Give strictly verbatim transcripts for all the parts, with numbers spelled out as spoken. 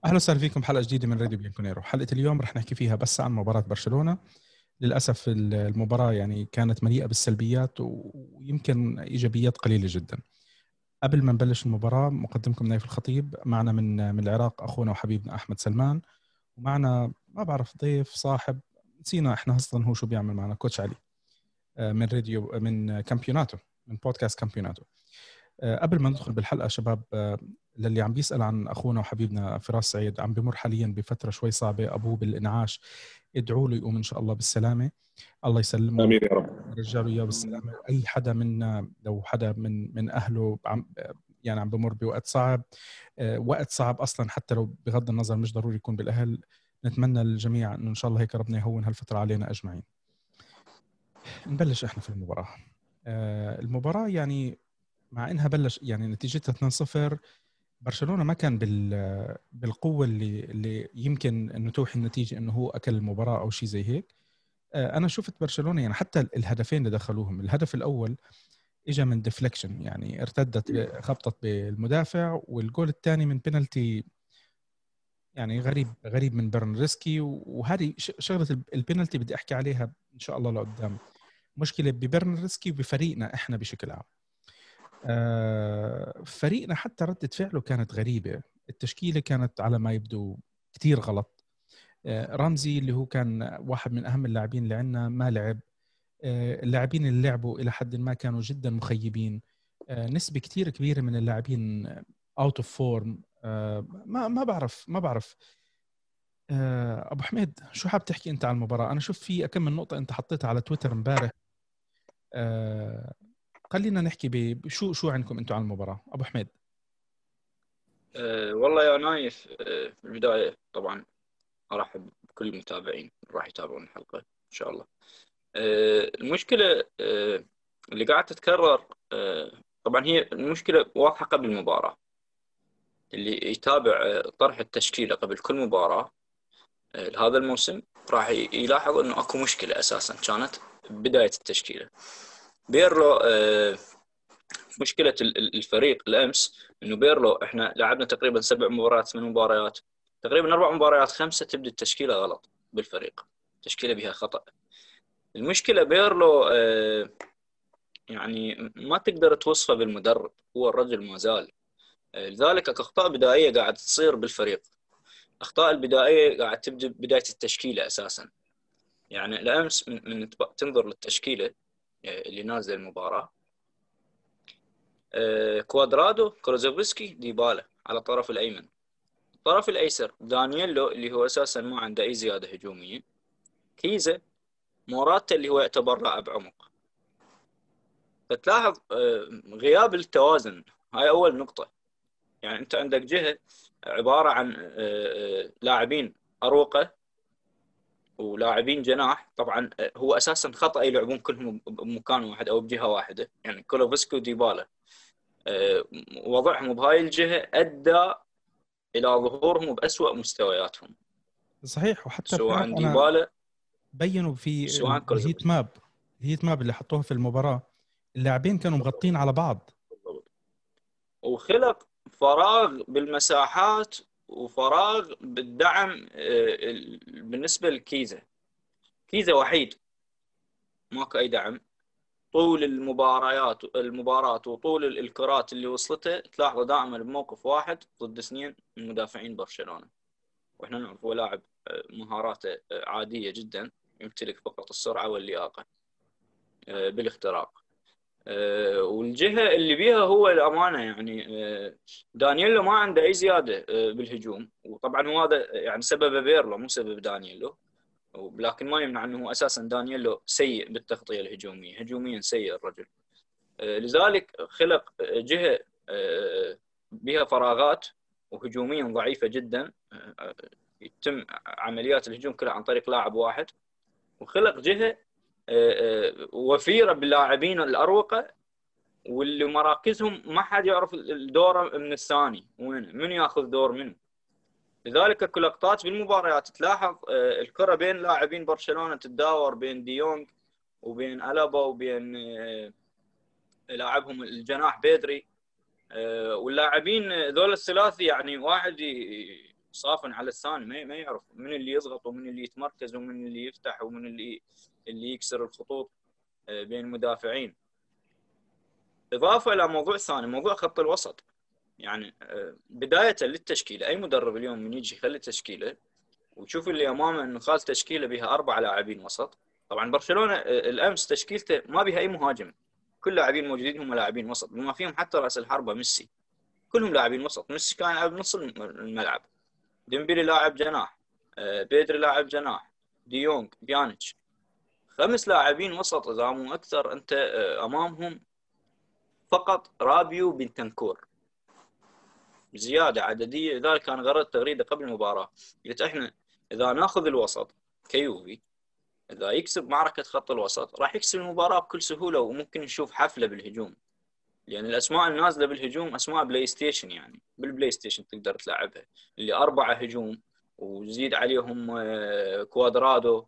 أهلا وسهلا فيكم بحلقة جديدة من راديو بيانكونيرو. حلقة اليوم رح نحكي فيها بس عن مباراة برشلونة. للأسف المباراة يعني كانت مليئة بالسلبيات ويمكن إيجابيات قليلة جدا. قبل ما نبلش المباراة، مقدمكم نايف الخطيب، معنا من من العراق أخونا وحبيبنا أحمد سلمان، ومعنا ما بعرف ضيف صاحب نسينا إحنا أصلا هو شو بيعمل معنا، كوتش علي من راديو من كامبيوناتو، من بودكاست كامبيوناتو. قبل ما ندخل بالحلقة شباب، للي عم بيسأل عن أخونا وحبيبنا فراس سعيد، عم بمر حاليا بفترة شوي صعبة، أبوه بالإنعاش، ادعوا له يقوم إن شاء الله بالسلامة، الله يسلمه آمين يا رب. رجاله إياه بالسلامة. أي حدا منا لو حدا من من أهله عم يعني عم بمر بوقت صعب، وقت صعب أصلا، حتى لو بغض النظر مش ضروري يكون بالأهل، نتمنى للجميع إنه إن شاء الله هيك ربنا يهون هالفترة علينا أجمعين. نبلش إحنا في المباراة. المباراة يعني مع إنها بلش يعني نتيجتها اثنين صفر، برشلونة ما كان بال بالقوة اللي اللي يمكن انه توحي النتيجة انه هو اكل المباراة او شيء زي هيك. انا شفت برشلونة يعني حتى الهدفين اللي دخلوهم، الهدف الاول اجى من ديفليكشن، يعني ارتدت خبطت بالمدافع، والجول الثاني من بينالتي يعني غريب غريب من برنرسكي. وهذه شغلة البينالتي بدي احكي عليها ان شاء الله لقدام. مشكلة ببرنرسكي وبفريقنا احنا بشكل عام. آه، فريقنا حتى ردة فعله كانت غريبة، التشكيلة كانت على ما يبدو كتير غلط. آه، رمزي اللي هو كان واحد من أهم اللاعبين اللي عندنا ما لعب. آه، اللاعبين اللي لعبوا إلى حد ما كانوا جدا مخيبين. آه، نسبة كتير كبيرة من اللاعبين out of form. آه، ما ما بعرف ما بعرف آه، أبو حميد، شو حاب تحكي أنت عن المباراة؟ أنا شوف في كم من نقطة أنت حطيتها على تويتر امبارح. آه، خلينا نحكي بشو شو عندكم أنتم عن المباراة أبو حميد. أه والله يا نايف، أه في البداية طبعا أرحب بكل المتابعين راح يتابعون الحلقة إن شاء الله. أه المشكلة أه اللي قاعد تتكرر، أه طبعا هي المشكلة واضحة قبل المباراة. اللي يتابع أه طرح التشكيلة قبل كل مباراة أه لهذا الموسم راح يلاحظ أنه أكو مشكلة أساسا كانت بداية التشكيلة. بيرلو أه مشكلة الفريق الأمس إنه بيرلو إحنا لعبنا تقريبا سبع مباريات ثمان مباريات، تقريبا أربع مباريات خمسة تبدأ التشكيلة غلط بالفريق، تشكيلة بها خطأ. المشكلة بيرلو آه يعني ما تقدر توصفه بالمدرب، هو الرجل ما زال. آه لذلك أخطاء بدائية قاعد تصير بالفريق. أخطاء البدائية قاعد تبدأ بداية التشكيلة أساسا. يعني الأمس من, من تنظر للتشكيلة آه اللي نازل المباراة، كوادرادو، كروزوفسكي، ديبالا على الطرف الأيمن. الطرف الأيسر دانييلو اللي هو أساسا ما عنده أي زيادة هجومية، كيزا، موراتا اللي هو يعتبر لاعب عمق. فتلاحظ غياب التوازن، هاي أول نقطة. يعني أنت عندك جهة عبارة عن لاعبين أروقة ولاعبين جناح. طبعا هو أساسا خطأ يلعبون كلهم بمكان واحد أو بجهة واحدة، يعني كولوفسكي وديبالا وضعهم بهاي الجهة أدى إلى ظهورهم بأسوأ مستوياتهم. صحيح، وحتى بتعرف سواء أنا ديبالا بينوا في سواء الهيت كولوزوفسكي. ماب الهيت ماب اللي حطوها في المباراة، اللاعبين كانوا مغطين على بعض. بالضبط. وخلق فراغ بالمساحات وفراغ بالدعم بالنسبة لكيزا. كيزا وحيد، ماكو أي دعم طول المباريات المباراة وطول الكرات اللي وصلته تلاحظه دائما بموقف واحد ضد اثنين من مدافعين برشلونة. واحنا نعرف هو لاعب مهاراته عادية جدا، يمتلك فقط السرعة واللياقة بالاختراق. والجهة اللي بيها هو الأمانة يعني دانييلو ما عنده أي زيادة بالهجوم، وطبعا هو هذا يعني سبب بيرلو مو سبب دانييلو، لكن ما يمنع أنه أساسا دانييلو سيء بالتغطية الهجومية، هجوميا سيء الرجل. لذلك خلق جهة بها فراغات وهجوميا ضعيفة جدا، يتم عمليات الهجوم كلها عن طريق لاعب واحد، وخلق جهة وفيرة باللاعبين الأروقة واللي مراكزهم ما حد يعرف الدور من الثاني وين من ياخذ دور منه. لذلك اكو لقطات بالمباريات تلاحظ الكره بين لاعبين برشلونه تتداور بين ديونج وبين ألابا وبين لاعبهم الجناح بيدري، واللاعبين ذول الثلاثي يعني واحد صافن على الثاني، ما ما يعرف من اللي يضغط ومن اللي يتمركز ومن اللي يفتح ومن اللي اللي يكسر الخطوط بين المدافعين. اضافه الى موضوع ثاني، موضوع خط الوسط. يعني بدايه للتشكيله، اي مدرب اليوم من يجي يخلي تشكيله وتشوف اللي امامه انه خال تشكيله بها اربع لاعبين وسط. طبعا برشلونه الامس تشكيلته ما بها اي مهاجم، كل لاعبين موجودين هم لاعبين وسط، بما فيهم حتى راس الحربه ميسي، كلهم لاعبين وسط. ميسي كان يلعب نص الملعب، ديمبلي لاعب جناح، بيدري لاعب جناح، ديونغ، بيانيتش، خمس لاعبين وسط اذا مو اكثر. انت امامهم فقط رابيو بنتنكور زياده عدديه. لذلك كان غرض تغريده قبل المباراه، قلت احنا اذا ناخذ الوسط كيوفي، اذا يكسب معركه خط الوسط راح يكسب المباراه بكل سهوله، وممكن نشوف حفله بالهجوم، لان يعني الاسماء النازله بالهجوم اسماء بلاي ستيشن، يعني بالبلاي ستيشن تقدر تلعبها، اللي اربعه هجوم وزيد عليهم كوادرادو.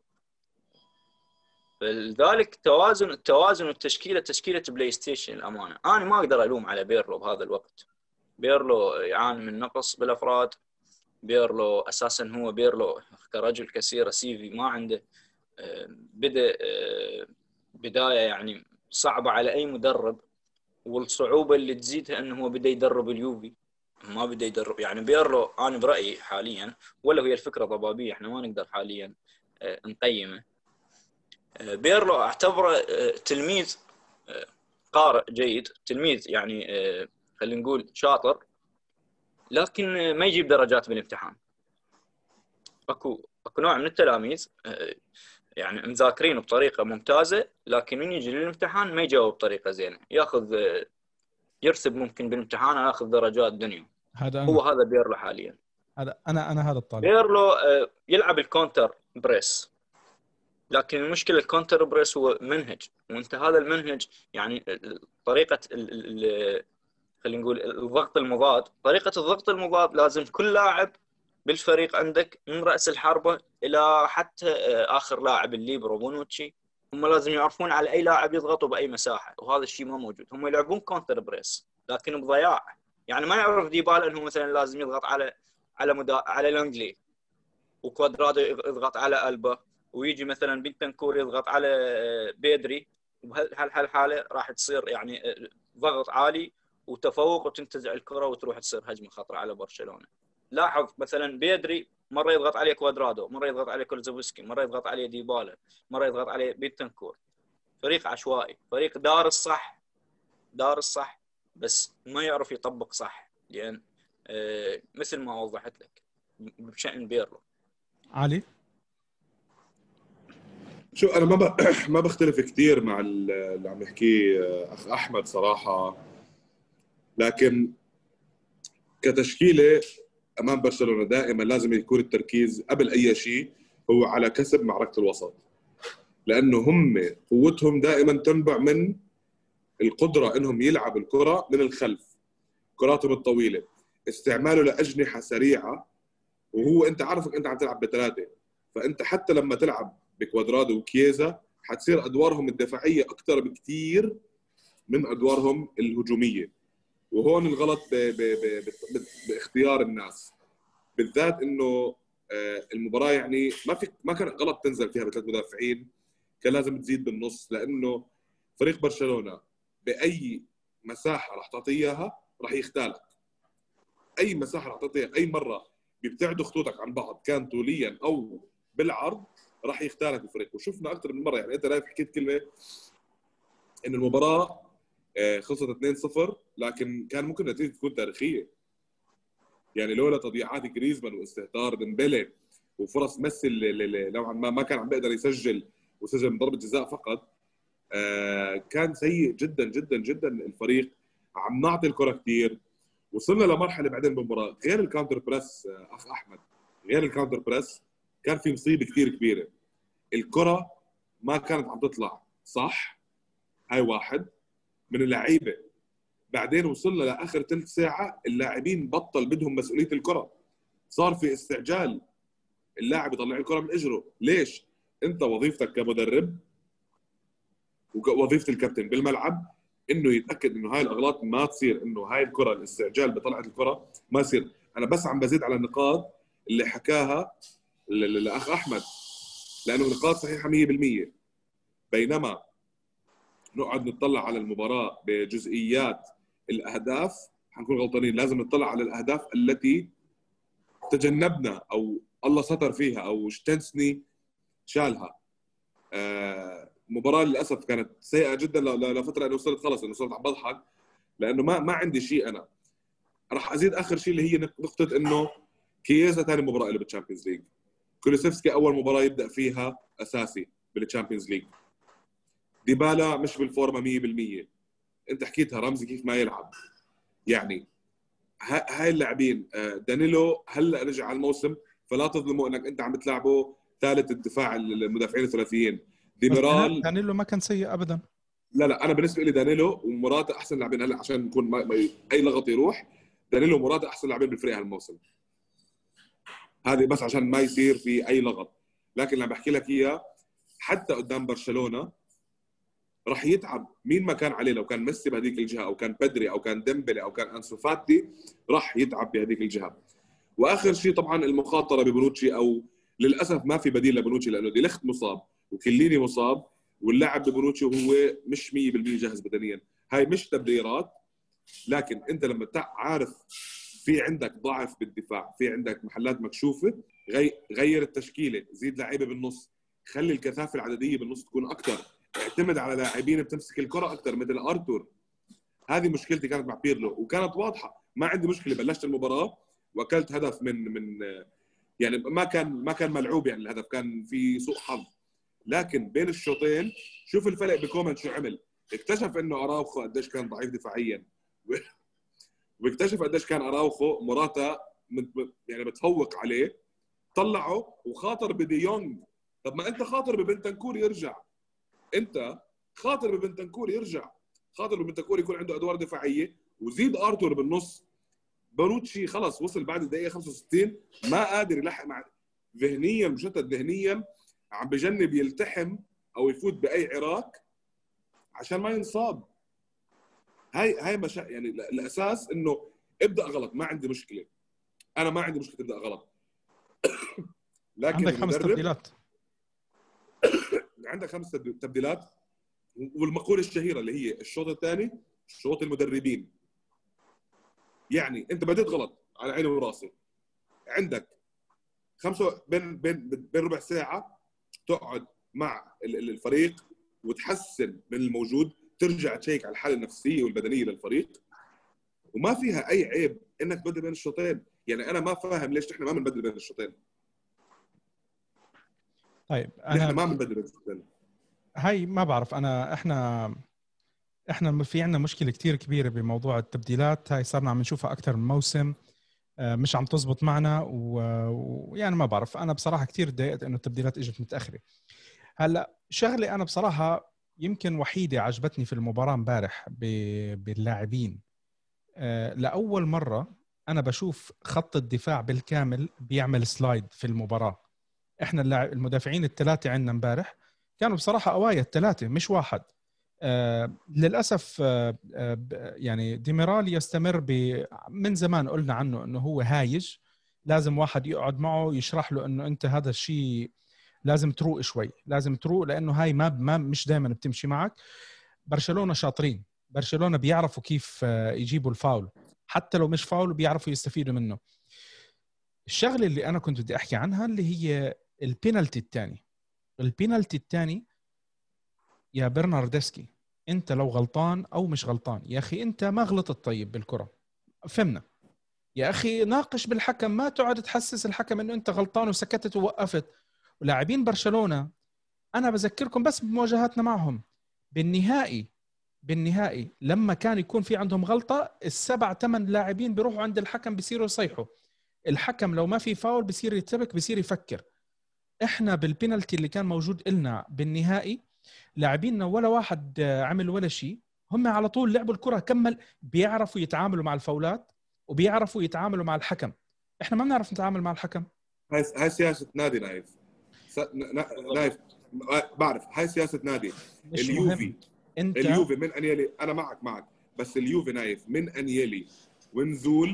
فلذلك توازن التوازن والتشكيله تشكيله بلاي ستيشن. الامانه انا ما اقدر الوم على بيرلو بهذا الوقت، بيرلو يعاني من نقص بالافراد. بيرلو اساسا هو بيرلو كرجل كثير سي في ما عنده، بدا بدايه يعني صعبه على اي مدرب، والصعوبه اللي تزيدها انه هو بدا يدرب اليوفي، ما بدا يدرب. يعني بيرلو انا برايي حاليا، ولا هي الفكره ضبابيه احنا ما نقدر حاليا نقيمه. بيرلو اعتبره تلميذ قارئ جيد، تلميذ يعني خلينا نقول شاطر، لكن ما يجيب درجات بالامتحان. اكو اكو نوع من التلاميذ يعني مذاكرين بطريقه ممتازه، لكن من يجي للامتحان ما يجاوب بطريقه زينه، ياخذ يرسب ممكن بالامتحان ياخذ درجات دنيا. هذا أنا. هو هذا بيرلو حاليا. هذا انا انا هذا الطالب. بيرلو يلعب الكونتر بريس، لكن المشكله الكونتر بريس هو منهج، وانت هذا المنهج يعني طريقه خلينا نقول الضغط المضاد، طريقه الضغط المضاد لازم كل لاعب بالفريق عندك من راس الحربه الى حتى اخر لاعب الليبرو بونوتشي، هم لازم يعرفون على اي لاعب يضغطوا باي مساحه، وهذا الشيء ما موجود. هم يلعبون كونتر بريس لكن بضياع، يعني ما يعرف ديبالا انه مثلا لازم يضغط على على مدا... على لانجلي، وكوادرادو يضغط على البا، ويجي مثلا بنتنكور يضغط على بيدري، وبهالحاله راح تصير يعني ضغط عالي وتفوق وتنتزع الكره وتروح تصير هجمه خطره على برشلونه. لاحظ مثلا بيدري مره يضغط عليه كوادرادو، مره يضغط عليه كولزوفسكي، مره يضغط عليه ديبالا، مره يضغط عليه بنتنكور. فريق عشوائي، فريق دار الصح دار الصح بس ما يعرف يطبق صح، لان آه مثل ما وضحت لك بشأن بيرلو. علي شو انا ما ب... ما بختلف كثير مع اللي عم يحكيه اخ احمد صراحه، لكن كتشكيله امام برشلونه دائما لازم يكون التركيز قبل اي شيء هو على كسب معركه الوسط، لانه هم قوتهم دائما تنبع من القدره انهم يلعبوا الكره من الخلف، كراتهم الطويله، استعماله لاجنحه سريعه، وهو انت عارفك انت عم تلعب بثلاثه، فانت حتى لما تلعب بكوادرادو وكييزا حتصير ادوارهم الدفاعيه اكثر بكثير من ادوارهم الهجوميه. وهون الغلط ب ب ب ب باختيار الناس، بالذات انه المباراه يعني ما في ما كان غلط تنزل فيها بثلاث مدافعين، كان لازم تزيد بالنص، لانه فريق برشلونه باي مساحه راح تعطيه اياها راح يختالك. اي مساحه راح تعطيها، اي مره بيبتعدوا خطوطك عن بعض كان طوليا او بالعرض راح يختالك الفريق. وشفنا اكثر من مره، يعني انت لايف حكيت كلمه ان المباراه خلصت اثنين صفر، لكن كان ممكن النتيجه تكون تاريخيه، يعني لولا تضييعات جريزمان واستهتار ديمبلي وفرص ميسي اللي نوعا ما ما كان عم بيقدر يسجل وسجل من ضربه جزاء فقط، كان سيء جدا جدا جدا. الفريق عم نعطي الكره كثير، وصلنا لمرحله بعدين بالمباراه غير الكاونتر بريس اخ احمد، غير الكاونتر بريس كان في مصيبه كثير كبيره، الكره ما كانت عم تطلع صح، هاي واحد من اللعيبه. بعدين وصلنا لاخر ثلث ساعه اللاعبين بطل بدهم مسؤوليه الكره، صار في استعجال، اللاعب يطلع الكره من اجره. ليش؟ انت وظيفتك كمدرب ووظيفه الكابتن بالملعب انه يتاكد انه هاي الاغلاط ما تصير، انه هاي الكره الاستعجال بطلعت الكره ما يصير. انا بس عم بزيد على النقاط اللي حكاها الاخ احمد، لانه النقاط صحيحه مية بالمية. بينما نقعد نطلع على المباراه بجزئيات الاهداف حنكون غلطانين. لازم نطلع على الاهداف التي تجنبنا او الله ستر فيها او شتنسني شالها. آه مباراه للاسف كانت سيئه جدا لفتره، انه وصلت خلص انه صرت عم بضحك لانه ما ما عندي شيء. انا راح ازيد اخر شيء اللي هي نقطه انه كييزا ثاني مباراه له بالتشامبيونز ليج، كولوسيفسكي اول مباراه يبدا فيها اساسي بالتشامبيونز ليج، ديبالا مش بالفورمه مية بالمية. انت حكيتها رمزي كيف ما يلعب، يعني هاي اللاعبين دانيلو هلا رجع على الموسم، فلا تظلموا انك انت عم تلعبه ثالث الدفاع المدافعين الثلاثيين. ديميرال دانيلو ما كان سيء ابدا. لا لا انا بالنسبه لي دانيلو ومراتا احسن لاعبين هلا، عشان نكون ما ما اي لغط يروح. دانيلو ومراتا احسن لاعبين بالفريق هالموسم هذه، بس عشان ما يصير في اي لغط. لكن اللي بحكي لك اياه حتى قدام برشلونه راح يتعب. مين ما كان عليه، لو كان ميسي بهذيك الجهه او كان بدري او كان ديمبلي او كان انسو فاتي، راح يتعب بهذيك الجهه. واخر شيء طبعا المخاطره ببونوتشي، او للاسف ما في بديل لبونوتشي لانه دي لخت مصاب وكليني مصاب، واللاعب ببونوتشي وهو مش مية بالمية جاهز بدنيا. هاي مش تبريرات، لكن انت لما عارف في عندك ضعف بالدفاع، في عندك محلات مكشوفه، غير التشكيله، زيد لعيبه بالنص، خلي الكثافه العدديه بالنص تكون اكثر، اعتمد على لاعبين بتمسك الكره اكثر مثل ارتور. هذه مشكلتي كانت مع بيرلو وكانت واضحه. ما عندي مشكله بلشت المباراه واكلت هدف من من يعني ما كان ما كان ملعوب، يعني الهدف كان في سوء حظ، لكن بين الشوطين شوف الفرق بكومان شو عمل. اكتشف انه اراوخو قديش كان ضعيف دفاعيا، واكتشف قديش كان اراوخو مراتا يعني بتفوق عليه، طلعه وخاطر بدي يونغ. طب ما انت خاطر ببنتنكور يرجع، انت خاطر ببنتنكور يرجع، خاطر ببنتنكور يكون عنده ادوار دفاعيه، وزيد ارتور بالنص. بونوتشي خلص وصل بعد الدقيقه خمسة وستين ما قادر يلحق مع ذهنيا، مشتت ذهنيا، عم بجنب يلتحم او يفوت باي عراك عشان ما ينصاب. هاي هاي مشا... يعني الاساس انه ابدا غلط، ما عندي مشكله، انا ما عندي مشكله تبدا غلط. لكن عندك خمس تبديلات عندك خمس تبديلات، والمقوله الشهيره اللي هي الشوط الثاني شوط المدربين. يعني انت بديت غلط على عيني وراسي، عندك خمسه بين بين بين ربع ساعه تقعد مع الفريق وتحسن من الموجود، ترجع تشيك على الحاله النفسيه والبدنيه للفريق، وما فيها اي عيب انك تبدل بين الشوطين. يعني انا ما فاهم ليش احنا ما بنبدل بين الشوطين. طيب انا احنا ما بنبدل بين الشوطين، هاي ما بعرف. انا احنا احنا في عندنا مشكله كتير كبيره بموضوع التبديلات هاي، صرنا عم نشوفها اكثر من موسم مش عم تزبط معنا، ويعني ما بعرف. انا بصراحه كتير تضايقت انه التبديلات اجت متاخره. هلا شغله انا بصراحه يمكن وحيده عجبتني في المباراه امبارح باللاعبين، لاول مره انا بشوف خط الدفاع بالكامل بيعمل سلايد في المباراه. احنا اللاعب المدافعين الثلاثه عندنا امبارح كانوا بصراحه قوايا، الثلاثه مش واحد. آه للأسف آه آه يعني ديميرال يستمر ب من زمان قلنا عنه أنه هو هايج، لازم واحد يقعد معه يشرح له أنه أنت هذا الشيء لازم تروق شوي، لازم تروق، لأنه هاي ما, ما مش دائما بتمشي معك. برشلونة شاطرين، برشلونة بيعرفوا كيف آه يجيبوا الفاول، حتى لو مش فاول بيعرفوا يستفيدوا منه. الشغلة اللي أنا كنت بدي أحكي عنها اللي هي البينالتي الثاني. البينالتي الثاني يا برناردسكي، انت لو غلطان او مش غلطان يا اخي، انت ما غلطت طيب بالكرة، فهمنا يا اخي، ناقش بالحكم، ما تقعد تحسس الحكم انه انت غلطان وسكتت ووقفت. ولاعبين برشلونة انا بذكركم بس بمواجهاتنا معهم بالنهائي، بالنهائي لما كان يكون في عندهم غلطة السبع ثمان لاعبين بيروحوا عند الحكم بيصيروا يصيحوا، الحكم لو ما في فاول بيصير يترك، بيصير يفكر. احنا بالبينالتي اللي كان موجود إلنا بالنهائي لاعبيننا ولا واحد عمل ولا شيء، هم على طول لعبوا الكرة كمل، بيعرفوا يتعاملوا مع الفاولات وبيعرفوا يتعاملوا مع الحكم. احنا ما بنعرف نتعامل مع الحكم. هاي هاي سياسة نادي نايف. س... نايف بعرف هاي سياسة نادي. اليوفي انت اليوفي من انيلي، انا معك معك بس اليوفي نايف من انيلي ونزول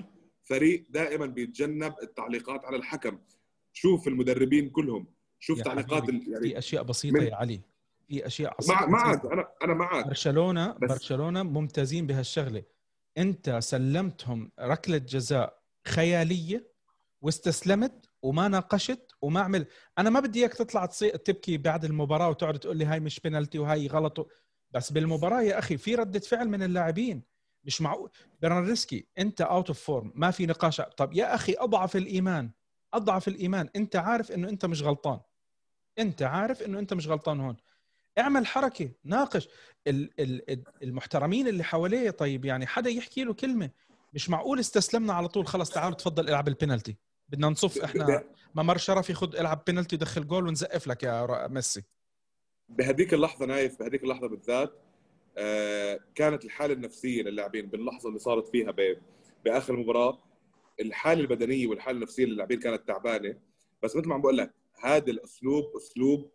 فريق دائما بيتجنب التعليقات على الحكم. شوف المدربين كلهم، شوف تعليقات يعني في اشياء بسيطه من... يا علي، في اشياء مع... معك بسيطه. انا انا معك. برشلونه بس... برشلونه ممتازين بهالشغله. انت سلمتهم ركله جزاء خياليه واستسلمت وما ناقشت وما عمل. انا ما بدي اياك تطلع تبكي بعد المباراه وتقعد تقول لي هاي مش بينالتي وهاي غلط، بس بالمباراه يا اخي في رده فعل من اللاعبين. مش معقول برناردسكي انت اوت اوف فورم، ما في نقاش. طب يا اخي اضعف الايمان، اضعف الايمان، انت عارف انه انت مش غلطان، انت عارف انه انت مش غلطان هون، اعمل حركه، ناقش المحترمين اللي حواليه. طيب يعني حدا يحكي له كلمه. مش معقول استسلمنا على طول، خلص تعالوا تفضل العب البنالتي، بدنا نصف احنا ممر شرفي، خد العب بنالتي ودخل جول ونزقف لك يا ميسي. بهديك اللحظه نايف، بهديك اللحظه بالذات آه كانت الحاله النفسيه للاعبين باللحظه اللي صارت فيها باخر المباراه، الحاله البدنيه والحاله النفسيه للاعبين كانت تعبانه. بس مثل ما عم بقول لك، هذا الاسلوب اسلوب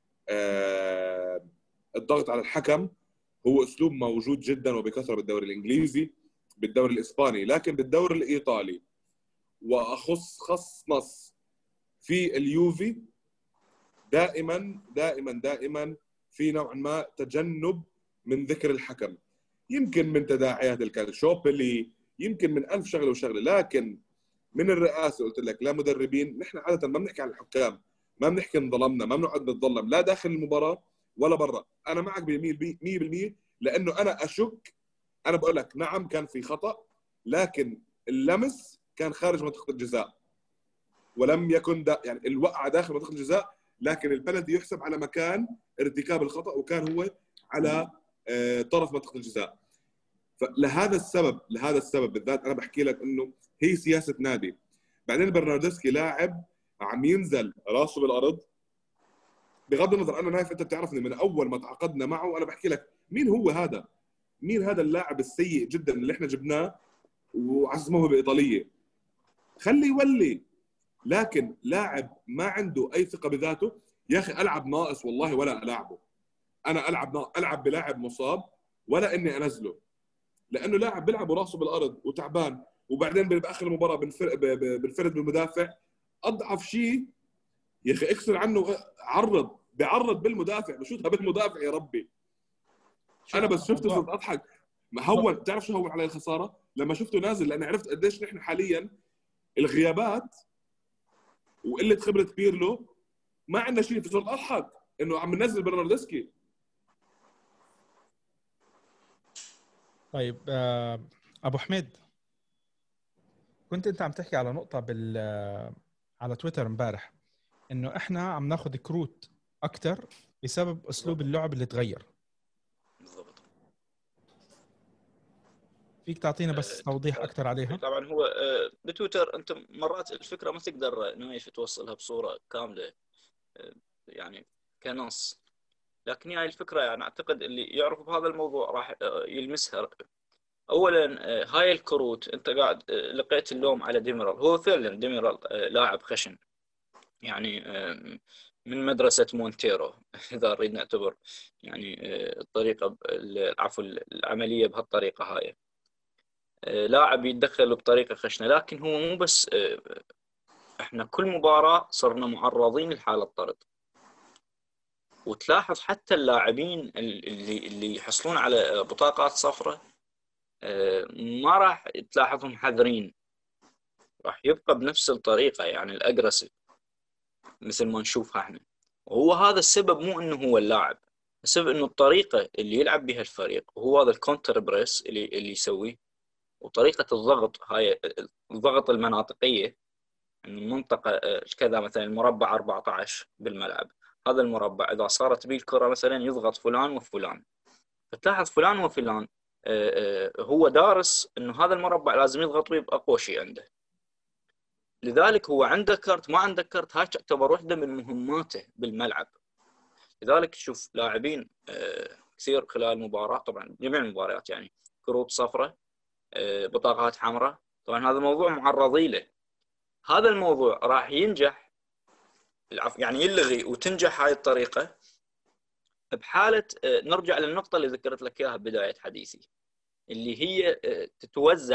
آه الضغط على الحكم، هو اسلوب موجود جدا وبكثره بالدوري الانجليزي، بالدوري الاسباني، لكن بالدوري الايطالي واخص خص نص في اليوفي دائما دائما دائما في نوع ما تجنب من ذكر الحكم. يمكن من تداعيات الكالشوبلي، يمكن من ألف شغله وشغله، لكن من الرئاسه قلت لك لا مدربين، نحن عاده ما بنحكي عن الحكام، ما بنحكي انظلمنا، ما بنقعد نتظلم لا داخل المباراه ولا برا. انا معك مية بالمية، لانه انا اشك، انا بقول لك نعم كان في خطا، لكن اللمس كان خارج منطقه الجزاء ولم يكن دا يعني الوقعه داخل منطقه الجزاء، لكن البلنتي يحسب على مكان ارتكاب الخطا وكان هو على طرف منطقه الجزاء. فلهذا السبب لهذا السبب بالذات انا بحكي لك انه هي سياسه نادي. بعدين برناردسكي لاعب عم ينزل راسه بالارض، بغض النظر انا نايف انت بتعرفني من اول ما تعاقدنا معه انا بحكي لك مين هو هذا، مين هذا اللاعب السيء جدا اللي احنا جبناه وعزمه موهبه ايطاليه، خلي يولي. لكن لاعب ما عنده اي ثقه بذاته، يا اخي العب ناقص والله ولا العبه، انا العب ناقص. العب بلاعب مصاب ولا اني انزله، لانه لاعب بيلعب وراسه بالارض وتعبان، وبعدين باخر المباراه بنفرد بالمدافع اضعف شيء. يا اخي اكسر عنه، عرض بيعرض بالمدافع، بشوتها بالمدافع يا ربي. انا بس شفته صرت اضحك. هون تعرف شو هون علي الخساره؟ لما شفته نازل، لان عرفت قديش نحن حاليا الغيابات وقله خبره بيرلو ما عندنا شيء، فصرت اضحك انه عم ننزل برناردسكي. طيب ابو حميد، كنت انت عم تحكي على نقطه بال على تويتر امبارح، انه احنا عم ناخذ كروت اكثر بسبب اسلوب اللعب اللي تغير. بالضبط. فيك تعطينا بس توضيح اكثر عليها؟ طبعا هو بتويتر انت مرات الفكره ما تقدر نايف توصلها بصوره كامله يعني كنص، لكن هاي الفكره يعني اعتقد اللي يعرف بهذا الموضوع راح يلمسها. اولا هاي الكروت انت قاعد لقيت اللوم على ديميرال، هو فعلا ديميرال لاعب خشن يعني من مدرسه مونتيرو اذا نريد نعتبر يعني الطريقه عفوا العمليه بهالطريقه هاي، لاعب يتدخل بطريقه خشنه. لكن هو مو بس، احنا كل مباراه صرنا معرضين لحاله طرد، وتلاحظ حتى اللاعبين اللي اللي يحصلون على بطاقات صفراء ما راح تلاحظهم حذرين، راح يبقى بنفس الطريقه يعني الاجريسيف مثل ما نشوفها احنا. وهو هذا السبب، مو انه هو اللاعب، السبب انه الطريقه اللي يلعب بها الفريق، وهو هذا الكونتر بريس اللي اللي يسويه، وطريقه الضغط هاي الضغط المناطقيه، انه المنطقه كذا مثلا المربع أربعة عشر بالملعب، هذا المربع اذا صارت به الكره مثلا يضغط فلان وفلان، فتلاحظ فلان وفلان هو دارس انه هذا المربع لازم يضغط به باقوى شيء عنده. لذلك هو عنده كرت ما عنده كرت، هاي تعتبر واحده من مهماته بالملعب. لذلك تشوف لاعبين كثير خلال المباراه، طبعا جميع المباريات يعني كروت صفراء، بطاقات حمراء، طبعا هذا موضوع معرضين له. هذا الموضوع راح ينجح يعني يلغي وتنجح هاي الطريقه بحاله، نرجع للنقطه اللي ذكرت لك اياها بدايه حديثي، اللي هي تتوزع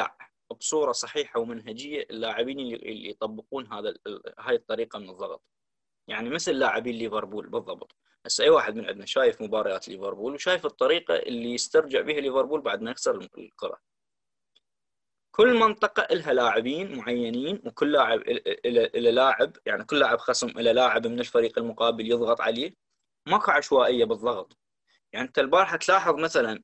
بصوره صحيحه ومنهجيه اللاعبين اللي, اللي يطبقون هذا هاي الطريقه من الضغط. يعني مثل لاعبين ليفربول بالضبط. هسه اي واحد من عندنا شايف مباريات ليفربول وشايف الطريقه اللي يسترجع بها ليفربول بعد ما يخسر الكره. كل منطقه لها لاعبين معينين، وكل لاعب الى لاعب، يعني كل لاعب خصم الى لاعب من الفريق المقابل يضغط عليه. ماكو عشوائيه بالضغط. يعني انت البارحه تلاحظ مثلا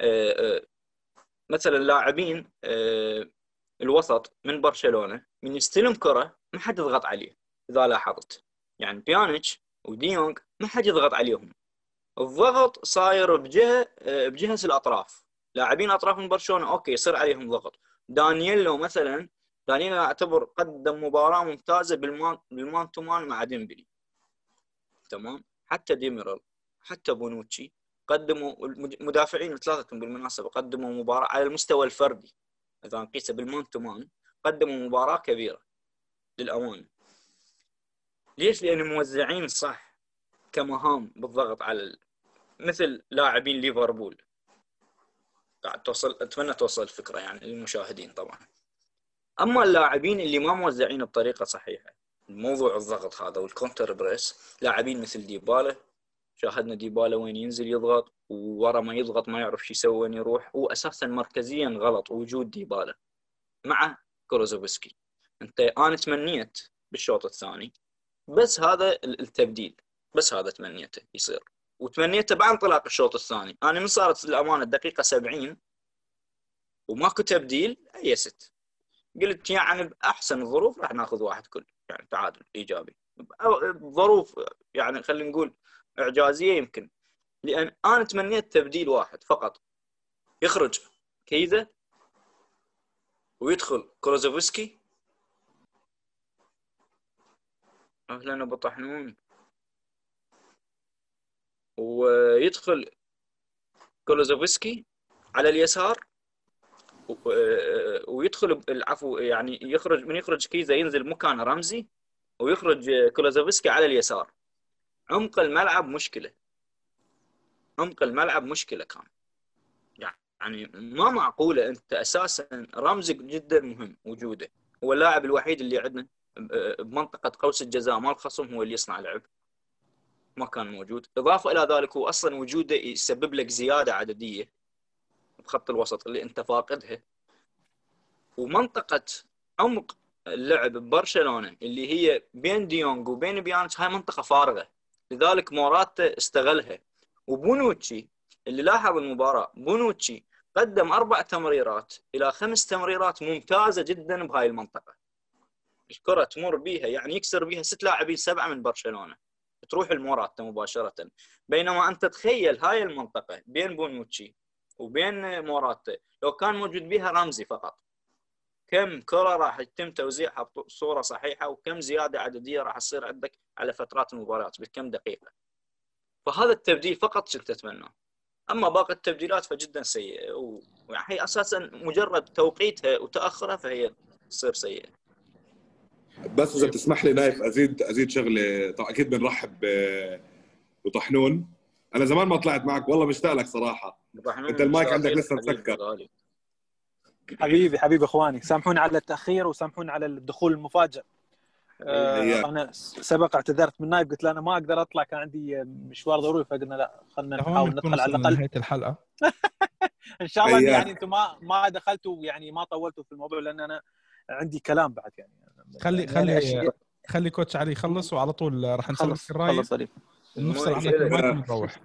مثلا لاعبين الوسط من برشلونه من يستلم كره ما حد يضغط عليه اذا لاحظت. يعني بيانيتش وديونغ ما حد يضغط عليهم. الضغط صاير بجهه بجهه الاطراف. لاعبين اطراف من برشلونه اوكي يصير عليهم ضغط. دانييلو مثلا، دانييلو اعتبر قدم مباراه ممتازه بالمان بالمان تو مان مع ديمبلي. تمام. حتى ديميرال حتى بونوتشي قدموا، المدافعين الثلاثه بالمناسبه قدموا مباراه على المستوى الفردي اذا نقيسه بالمان تو مان، قدموا مباراه كبيره للامانه. ليش؟ لان موزعين صح كمهام بالضغط على ال... مثل لاعبين ليفربول. قاعد توصل، اتمنى توصل الفكره يعني للمشاهدين طبعا. اما اللاعبين اللي ما موزعين بطريقه صحيحه موضوع الضغط هذا والكونتر بريس، لاعبين مثل ديبالا، شاهدنا ديبالا وين ينزل يضغط وورا ما يضغط ما يعرف شو يسوي وين يروح. هو اساسا مركزيا غلط وجود ديبالا مع كولوزوفسكي. انت انا تمنيت بالشوط الثاني بس هذا التبديل، بس هذا تمنيته يصير، وتمنيته بعد انطلاق الشوط الثاني. انا من صارت الامانه الدقيقه سبعين وماكو تبديل يست، قلت يعني باحسن الظروف راح ناخذ واحد كل، يعني تعادل ايجابي. ظروف يعني خلينا نقول اعجازيه يمكن، لان انا تمنيت تبديل واحد فقط، يخرج كيزا ويدخل كولوزوفسكي. اهلا ابو طحنون. ويدخل كولوزوفسكي على اليسار ويدخل العفو يعني يخرج من يخرج كيزا ينزل مكان رمزي ويخرج كولوزوفسكي على اليسار. عمق الملعب مشكله، عمق الملعب مشكله كان. يعني ما معقوله انت اساسا رمزي جدا مهم وجوده، هو اللاعب الوحيد اللي عندنا بمنطقه قوس الجزاء مال الخصم هو اللي يصنع لعب، ما كان موجود. اضافه الى ذلك هو اصلا وجوده يسبب لك زياده عدديه بخط الوسط اللي انت فاقدها. ومنطقه عمق اللعب ببرشلونه اللي هي بين ديونغ وبين بيانيتش هاي منطقه فارغه، لذلك موراتا استغلها. وبونوتشي اللي لاحظ المباراه، بونوتشي قدم اربع تمريرات الى خمس تمريرات ممتازه جدا بهاي المنطقه. الكره تمر بيها يعني يكسر بيها ست لاعبين سبعه من برشلونه تروح الموراتا مباشره. بينما انت تخيل هاي المنطقه بين بونوتشي وبين موراتا لو كان موجود بيها رمزي فقط، كم كره راح يتم توزيعها بصوره صحيحه وكم زياده عدديه راح تصير عندك على فترات المباريات بكم دقيقه. فهذا التبديل فقط كنت اتمناه. اما باقي التبديلات فجدا سيئه، وهي اساسا مجرد توقيتها وتاخرها فهي تصير سيئه. بس اذا بتسمح لي نايف ازيد ازيد شغله. طبعا اكيد بنرحب بطحنون. انا زمان ما طلعت معك والله مشتاق لك صراحه. انت المايك عندك لسه مسكر. حبيبي حبيبي اخواني، سامحوني على التاخير وسامحوني على الدخول المفاجئ. آه انا سبق اعتذرت من نايف، قلت له انا ما اقدر اطلع كان عندي مشوار ضروري، فقلنا لا خلينا نحاول ندخل على الاقل نهايه الحلقه. ان شاء الله يعني انتم ما ما دخلتوا يعني ما طولتوا في الموضوع، لان انا عندي كلام بعد يعني. خلي خلي أشياء. خلي كوتش علي يخلص وعلى طول راح نسلك الراي. خلص علي ونفصل عنك المايك ونروح.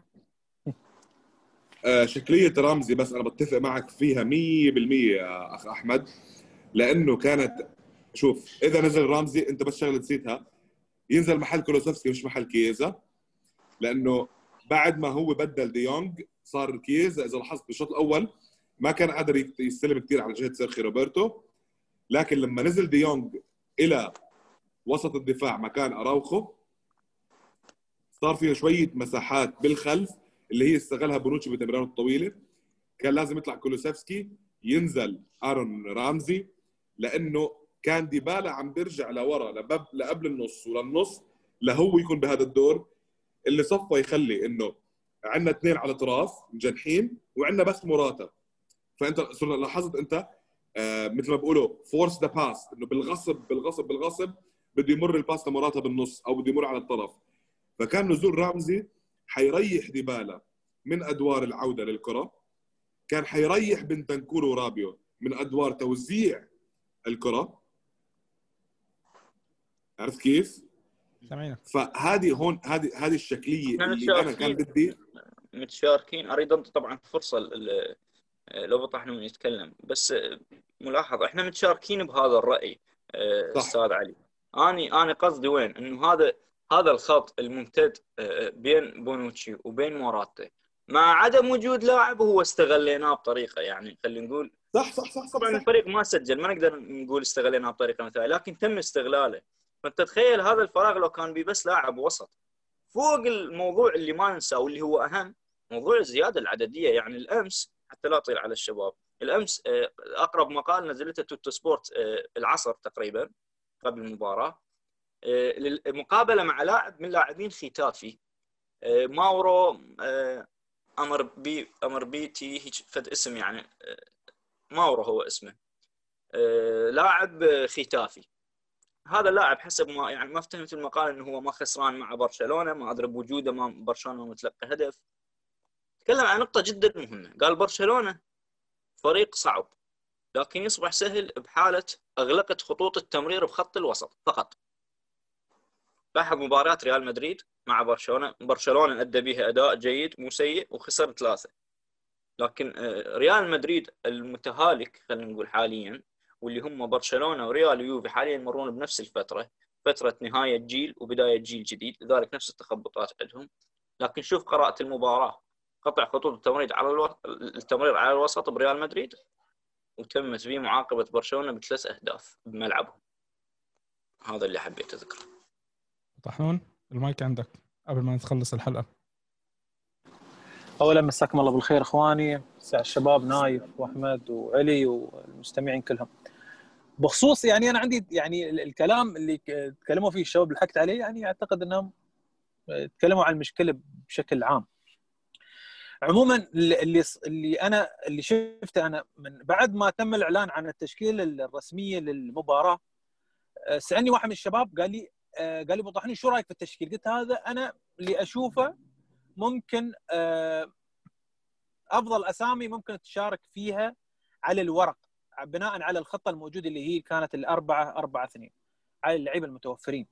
آه شكلية رمزي بس أنا بتفق معك فيها مية بالمية يا أخ أحمد، لأنه كانت شوف إذا نزل رمزي أنت بس شغلة نسيتها ينزل محل كولوسوفسكي مش محل كييزا، لأنه بعد ما هو بدل ديونغ صار كييزا إذا لاحظت بالشوط الأول ما كان قادر يستلم كثير على جهة سيرخي روبرتو، لكن لما نزل ديونغ إلى وسط الدفاع مكان أراوخو صار فيه شوية مساحات بالخلف اللي هي استغلها بونوتشي بتمريراته الطويله. كان لازم يطلع كولوسيفسكي ينزل ارون رامزي، لانه كان ديبالا عم بيرجع لورا لقبل النص وللنص لهو يكون بهذا الدور اللي صفى يخلي انه عندنا اثنين على الاطراف مجنحين وعندنا بس موراتا. فانت لاحظت انت آه مثل ما بقولوا فورس ذا باس، انه بالغصب بالغصب بالغصب بده يمر الباس لمراتا بالنص او بده يمر على الطرف. فكان نزول رامزي حيريح ديبالا من ادوار العوده للكره، كان حيريح بنتنكور ورابيو من ادوار توزيع الكره. عرفت كيف؟ سامعينك. فهذه هون هذه هذه الشكليه اللي انا كان بدي متشاركين. اريد انت طبعا فرصه لو بطحنا يتكلم، بس ملاحظه احنا متشاركين بهذا الراي استاذ علي. اني انا قصدي وين انه هذا هذا الخط الممتد بين بونوتشي وبين موراتا مع عدم وجود لاعب هو استغليناه بطريقه، يعني خلينا نقول صح صح صح, صح طبعا صح. الفريق ما سجل، ما نقدر نقول استغليناه بطريقه مثاليه، لكن تم استغلاله. فانت تخيل هذا الفراغ لو كان بي بس لاعب وسط فوق الموضوع اللي ما ننساه واللي هو اهم موضوع الزياده العدديه. يعني الامس حتى لا اطيل على الشباب، الامس اقرب مقال نزلته توتو سبورت العصر تقريبا قبل المباراه، مقابله مع لاعب من لاعبين ختافي، ماورو امر بي امر بيتي هيك فد اسم، يعني ماورو هو اسمه، لاعب ختافي. هذا اللاعب حسب ما يعني ما فهمت المقال انه هو ما خسران مع برشلونه، ما ادري بوجوده ما برشلونه متلقى هدف. تكلم عن نقطه جدا مهمه، قال برشلونه فريق صعب لكن يصبح سهل بحاله اغلقت خطوط التمرير بخط الوسط فقط. لاحظ مباراه ريال مدريد مع برشلونه، برشلونه ادى بها اداء جيد مو سيء وخسر ثلاثه، لكن ريال مدريد المتهالك خلينا نقول حاليا، واللي هم برشلونه وريال ويوفي حاليا يمرون بنفس الفتره، فتره نهايه جيل وبدايه جيل جديد، لذلك نفس التخبطات عندهم. لكن شوف قراءه المباراه، قطع خطوط التمرير على الو... التمرير على الوسط بريال مدريد، وتمت به معاقبه برشلونه بثلاث اهداف بملعبهم. هذا اللي حبيت اذكره. طحنون المايك عندك قبل ما نخلص الحلقه. اولا مساكم الله بالخير اخواني، مساء الشباب نايف واحمد وعلي والمستمعين كلهم. بخصوص يعني انا عندي يعني الكلام اللي تكلموا فيه الشباب اللي حكت عليه، يعني اعتقد انهم تكلموا عن المشكله بشكل عام. عموما اللي اللي انا اللي شفته انا من بعد ما تم الاعلان عن التشكيله الرسميه للمباراه، سالني واحد من الشباب قال لي قال لي ابو طحنين شو رايك في التشكيل؟ قلت هذا انا اللي اشوفه ممكن افضل اسامي ممكن تشارك فيها على الورق بناء على الخطه الموجوده اللي هي كانت الأربعة أربعة اثنين على اللعيبه المتوفرين.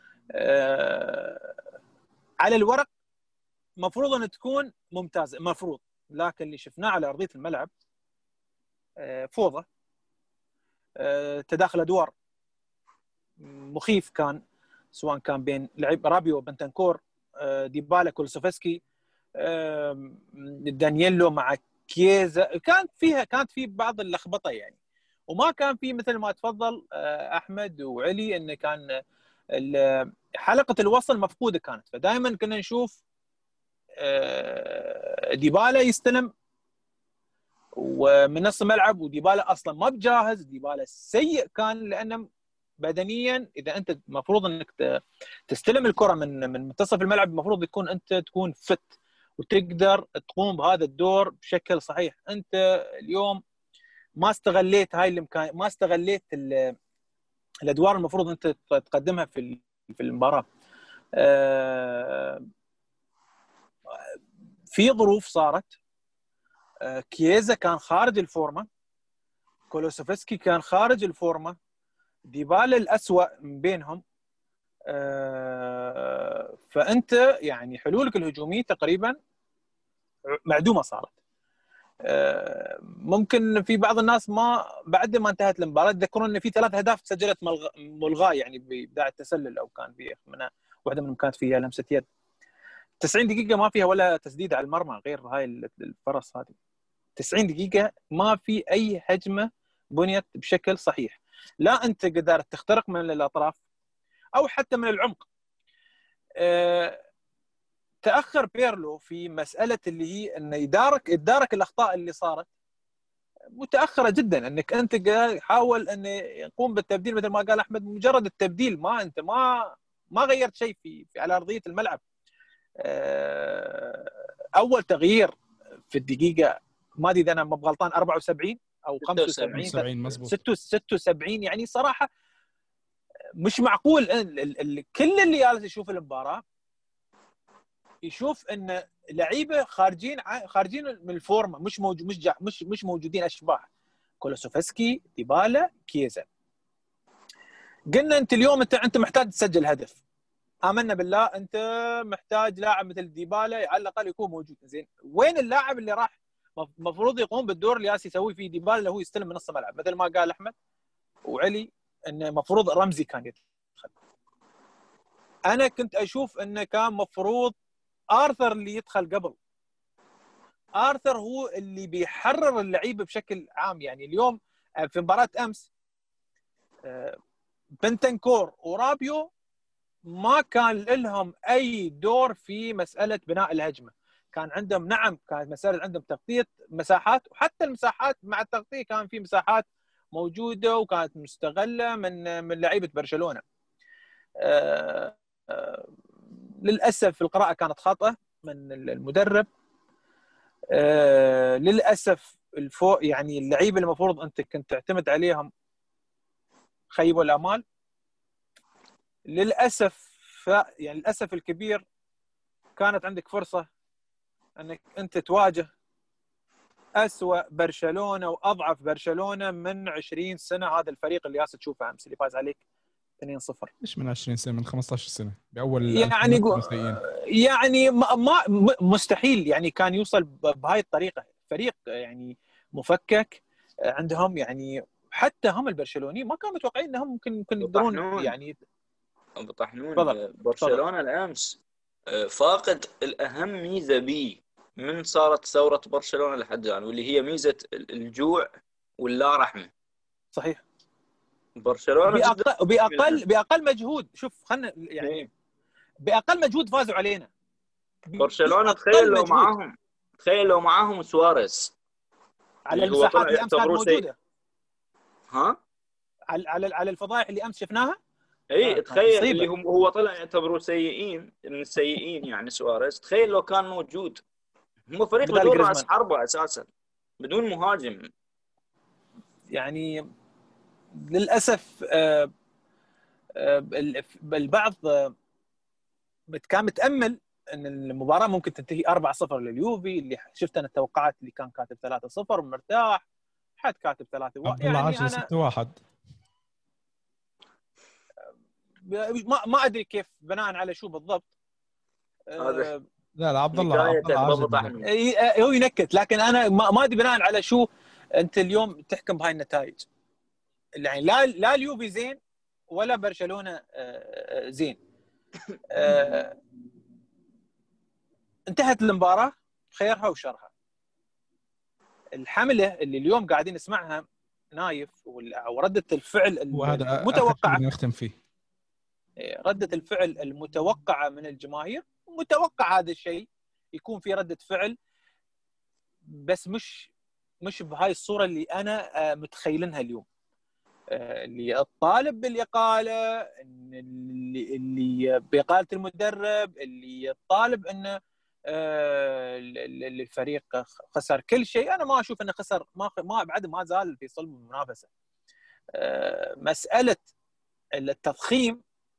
على الورق مفروض ان تكون ممتازه مفروض، لكن اللي شفناه على ارضيه الملعب فوضى، تداخل ادوار مخيف كان، سواء كان بين لعيب رابيو بنتنكور، ديبالا كولوسوفسكي، دانييلو مع كييزا، كانت فيها كانت في بعض اللخبطه يعني، وما كان في مثل ما تفضل احمد وعلي انه كان حلقه الوصل مفقوده كانت. فدائما كنا نشوف ديبالا يستلم ومن نص الملعب، وديبالا اصلا ما بجاهز، ديبالا سيء كان، لانه بدنيا اذا انت المفروض انك تستلم الكره من من منتصف الملعب المفروض يكون انت تكون فت وتقدر تقوم بهذا الدور بشكل صحيح. انت اليوم ما استغليت هاي الامكان، ما استغليت الادوار المفروض انت تقدمها في في المباراه. في ظروف صارت، كييزا كان خارج الفورمه، كولوسوفسكي كان خارج الفورمه، ديبالا الأسوأ من بينهم. فأنت يعني حلولك الهجومية تقريبا معدومة صارت. ممكن في بعض الناس ما بعد ما انتهت المباراة يتذكرون أن في ثلاث أهداف سجلت ملغاة يعني ببداية التسلل، أو كان في منها واحدة منهم كانت فيها لمسة يد. تسعين دقيقة ما فيها ولا تسديد على المرمى غير هاي الفرص هذه. تسعين دقيقة ما في أي هجمة بنيت بشكل صحيح، لا أنت قدرت تخترق من الأطراف أو حتى من العمق. أه تأخر بيرلو في مسألة اللي هي أنه يدارك يدارك الأخطاء اللي صارت متأخرة جدا، أنك أنت حاول أن يقوم بالتبديل مثل ما قال أحمد، مجرد التبديل، ما أنت ما ما غيرت شيء في, في على أرضية الملعب. أه أول تغيير في الدقيقة ما أدري إذا أنا ما بغلطان أربعة وسبعين او خمسة وسبعين خمسة وسبعين مظبوط ستة وسبعين. يعني صراحه مش معقول ال ال ال كل اللي جالس يشوف المباراه يشوف ان لعيبه خارجين خارجين من الفورمه، مش موجود مش مش مش موجودين اشباح. كولوسوفسكي، ديبالا، كيزا. قلنا انت اليوم انت انت محتاج تسجل هدف، امنا بالله انت محتاج لاعب مثل ديبالا على الاقل يكون موجود. زين، وين اللاعب اللي راح مفروض يقوم بالدور اللي ياسي يسوي فيه ديبالا، اللي هو يستلم من نص الملعب مثل ما قال احمد وعلي، انه مفروض رمزي كان يدخل. انا كنت اشوف انه كان مفروض آرثر اللي يدخل قبل. آرثر هو اللي بيحرر اللعيبه بشكل عام. يعني اليوم في مباراه امس بنتنكور ورابيو ما كان لهم اي دور في مساله بناء الهجمه. كان عندهم نعم كانت مساله عندهم تغطيه مساحات، وحتى المساحات مع التغطيه كان في مساحات موجوده وكانت مستغله من من لعيبه برشلونه. أه أه للاسف القراءه كانت خاطئه من المدرب. أه للاسف الفوق يعني اللعيبه المفروض انت كنت تعتمد عليهم خيبوا الامال. للاسف يعني للاسف الكبير كانت عندك فرصه انك انت تواجه أسوأ برشلونه واضعف برشلونه من عشرين سنه. هذا الفريق اللي هسه تشوفه امس اللي فاز عليك اثنين صفر، مش من عشرين سنه، من خمسة عشر سنه باول يعني يعني ما, ما مستحيل يعني كان يوصل بهاي الطريقه. فريق يعني مفكك عندهم، يعني حتى هم البرشلونيين ما كانوا متوقعين انهم ممكن ممكن يقدرون يعني ابو طحنون. برشلونه الامس فاقد الاهم ميزه بي من صارت ثوره برشلونه لحد الان، واللي هي ميزه الجوع واللا رحمه. صحيح. برشلونه بأقل باقل باقل مجهود. شوف خلنا يعني إيه؟ باقل مجهود فازوا علينا. برشلونه تخيل لو معاهم تخيل لو معاهم سواريز على المساحات اللي امس كانت موجوده. ها على على على الفضائح اللي امس شفناها. اي تخيل اللي هم هو طلع يعتبروا سيئين من السيئين يعني سواريز. تخيل لو كان موجود. هم فريق بدون راس حربه اساسا، بدون مهاجم. يعني للاسف آه آه البعض آه كان متامل ان المباراه ممكن تنتهي أربعة صفر لليوفي. اللي شفت انا التوقعات اللي كان كاتب ثلاثة صفر مرتاح، حد كاتب ثلاثة واحد. يعني انا ستة واحد ما ما ادري كيف بناء على شو بالضبط. هذا لا لا عبد الله عبد الله هو ينكت، لكن انا ما ادري بناء على شو انت اليوم تحكم بهاي النتائج. يعني لا لا اليوفي زين ولا برشلونه زين. انتهت المباراه خيرها وشرها. الحمله اللي اليوم قاعدين نسمعها نايف وردة الفعل المتوقعه نختم فيه ردة الفعل المتوقعه من الجماهير. متوقع هذا الشيء يكون في ردة فعل، بس مش مش بهاي الصوره اللي انا متخيلنها اليوم. اللي الطالب بالاقاله، اللي اللي باقاله المدرب، اللي الطالب انه الفريق خسر كل شيء. انا ما اشوف انه خسر، ما ما بعد ما زال في صلب المنافسه. مساله التضخيم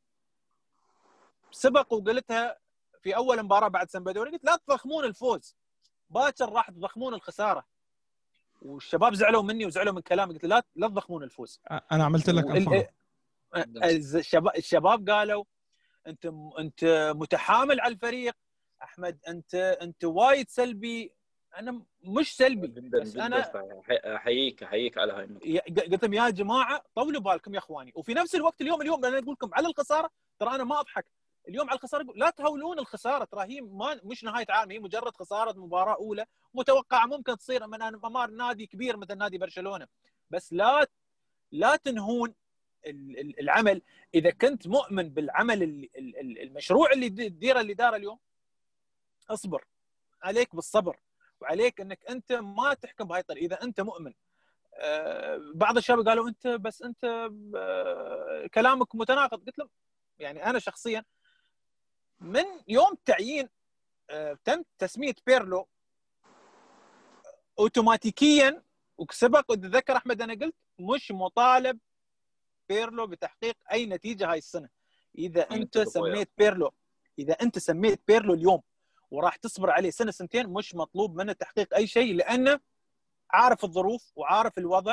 سبق وقلتها في اول مباراه بعد سامبدوري، قلت لا تضخمون الفوز، باكر راح تضخمون الخساره. والشباب زعلوا مني وزعلوا من كلامي، قلت لا لا تضخمون الفوز. انا عملت لك انفولو. الشباب الشباب قالوا انت انت متحامل على الفريق احمد، انت انت وايد سلبي. انا مش سلبي بس انا احييك احييك على هاي النقطه. قلت لهم يا جماعه طولوا بالكم يا اخواني. وفي نفس الوقت اليوم اليوم انا اقول لكم على الخساره، ترى انا ما اضحك اليوم على الخساره. لا تهولون الخساره، ترى هي ما مش نهايه عام، هي مجرد خساره مباراه اولى متوقعه ممكن تصير من امام نادي كبير مثل نادي برشلونه. بس لا لا تنهون العمل. اذا كنت مؤمن بالعمل المشروع اللي تديره الاداره اليوم، اصبر، عليك بالصبر وعليك انك انت ما تحكم بهاي الطريقه. اذا انت مؤمن. بعض الشباب قالوا انت بس انت كلامك متناقض. قلت لهم يعني انا شخصيا من يوم تعيين تم تسميه بيرلو اوتوماتيكيا وسبق وتذكر احمد انا قلت مش مطالب بيرلو بتحقيق اي نتيجه هاي السنه. اذا انت سميت بيرلو اذا انت سميت بيرلو اليوم وراح تصبر عليه سنه سنتين، مش مطلوب منه تحقيق اي شيء، لانه عارف الظروف وعارف الوضع.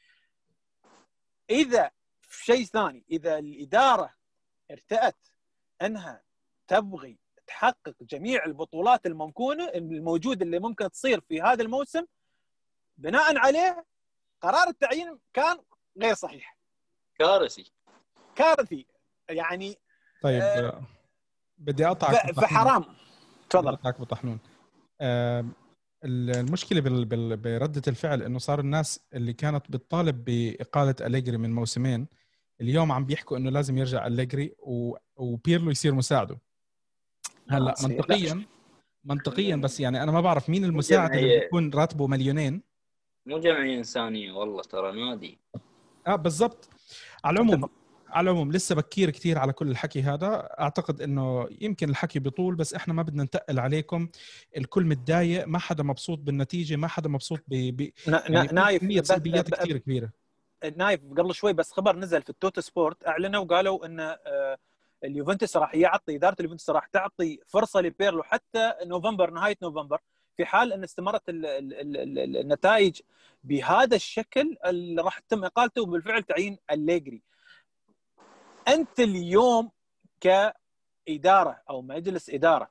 اذا في شيء ثاني، اذا الاداره ارتأت انها تبغي تحقق جميع البطولات الممكنه الموجوده اللي ممكن تصير في هذا الموسم، بناء عليه قرار التعيين كان غير صحيح، كارثي كارثي يعني. طيب آه بدي اقطعك فحرام. تفضل. اقطعك بطحنون. آه المشكله بال... بال... برده الفعل انه صار الناس اللي كانت بتطالب باقاله أليجري من موسمين اليوم عم بيحكوا انه لازم يرجع أليجري و... وبيرلو يصير مساعده. هلا منطقيا منطقيا بس يعني انا ما بعرف مين المساعد اللي بيكون راتبه مليونين. مو جمعيه انسانيه والله، ترى نادي. اه بالضبط. على العموم على العموم لسه بكير كتير على كل الحكي هذا. اعتقد انه يمكن الحكي بيطول، بس احنا ما بدنا نتقل عليكم. الكل متضايق، ما حدا مبسوط بالنتيجه، ما حدا مبسوط ب ب... يعني نايف كمية سلبيات كتير كبيره. نايف قبل شوي بس خبر نزل في التوتو سبورت، اعلنوا وقالوا ان اليوفنتوس راح يعطي اداره اليوفنتوس راح تعطي فرصه لبيرلو حتى نوفمبر، نهايه نوفمبر، في حال ان استمرت النتائج بهذا الشكل اللي راح تتم اقالته وبالفعل تعيين أليجري. انت اليوم كاداره او مجلس اداره،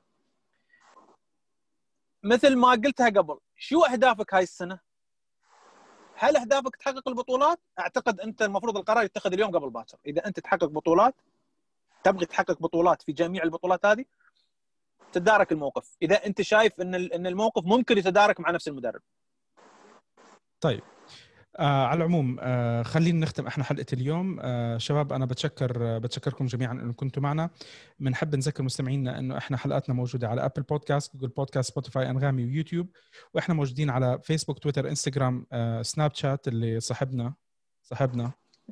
مثل ما قلتها قبل، شو اهدافك هاي السنه؟ هل اهدافك تحقق البطولات؟ اعتقد انت المفروض القرار يتخذ اليوم قبل باكر. اذا انت تحقق بطولات، تبغي تحقق بطولات في جميع البطولات هذه، تدارك الموقف. اذا انت شايف ان ان الموقف ممكن يتدارك مع نفس المدرب. طيب آه على العموم آه خلينا نختم احنا حلقه اليوم. آه شباب انا بتشكر آه بتشكركم جميعا انكم كنتوا معنا. بنحب نذكر مستمعينا انه احنا حلقاتنا موجوده على ابل بودكاست، جوجل بودكاست، سبوتيفاي، انغامي، ويوتيوب، واحنا موجودين على فيسبوك، تويتر، انستغرام، آه سناب شات اللي صاحبنا صاحبنا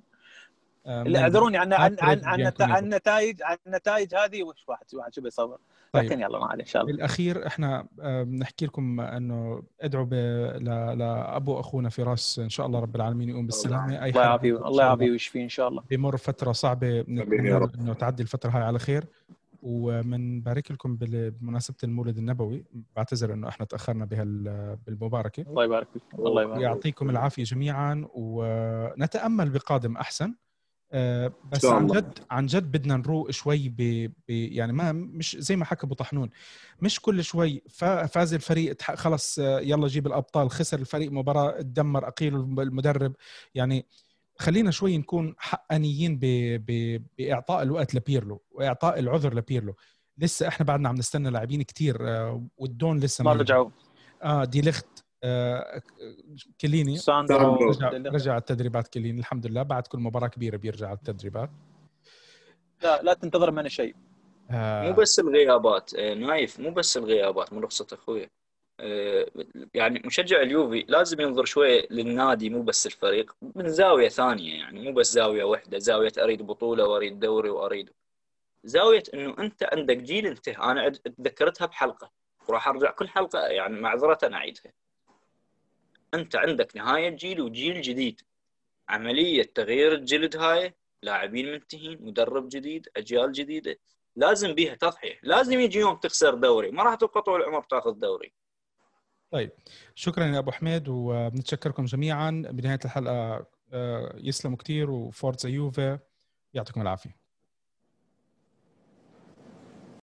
آه اللي اعذروني عن عن عن عن, عن النتائج عن النتائج هذه. وش واحد واحد شو بيصور. طيب. لكن يلا ما عليه ان شاء الله. بالاخير احنا بنحكي لكم انه ادعوا لابو اخونا فراس ان شاء الله رب العالمين يقوم بالسلامه. اي الله يعافيه الله يعافيه ويشفيه ان شاء الله. بمر فتره صعبه، بنتمنى انه تعدي الفتره هاي على خير. ومنبارك لكم بمناسبه المولد النبوي. بعتذر انه احنا تاخرنا بالمباركه. الله يبارك فيك. الله يبارك. يعطيكم العافيه جميعا، ونتامل بقادم احسن. أه بس عن جد عن جد بدنا نروق شوي ب... ب... يعني ما مش زي ما حكى ابو طحنون، مش كل شوي فاز الفريق خلص يلا جيب الابطال، خسر الفريق مباراه اتدمر اقيل المدرب. يعني خلينا شوي نكون حقانيين ب... ب... باعطاء الوقت لبيرلو واعطاء العذر لبيرلو. لسه احنا بعدنا عم نستنى لاعبين كتير، أه والدون لسه ما رجعوا. اه دي لخت آه كليني رجع, رجع التدريبات. كليني الحمد لله بعد كل مباراة كبيرة بيرجع التدريبات. لا لا تنتظر منه شيء. آه مو بس الغيابات آه نايف، مو بس الغيابات، من رخصة أخوي. آه يعني مشجع اليوفي لازم ينظر شوي للنادي، مو بس الفريق، من زاوية ثانية. يعني مو بس زاوية واحدة، زاوية أريد بطولة وأريد دوري وأريد، زاوية إنه أنت عندك جيل انتهى. أنا أتذكرتها بحلقة وراح أرجع كل حلقة يعني معذرة أنا أعيدها. أنت عندك نهاية جيل وجيل جديد. عملية تغيير الجلد هاي، لاعبين منتهين، مدرب جديد، أجيال جديدة، لازم بيها تضحية. لازم يجي يوم تخسر دوري، ما راح تبقى طول العمر تاخذ دوري. طيب شكرا يا أبو حميد، وبنتشكركم جميعا. بنهاية الحلقة يسلموا كتير، وفورتزا يوفي، يعطيكم العافية.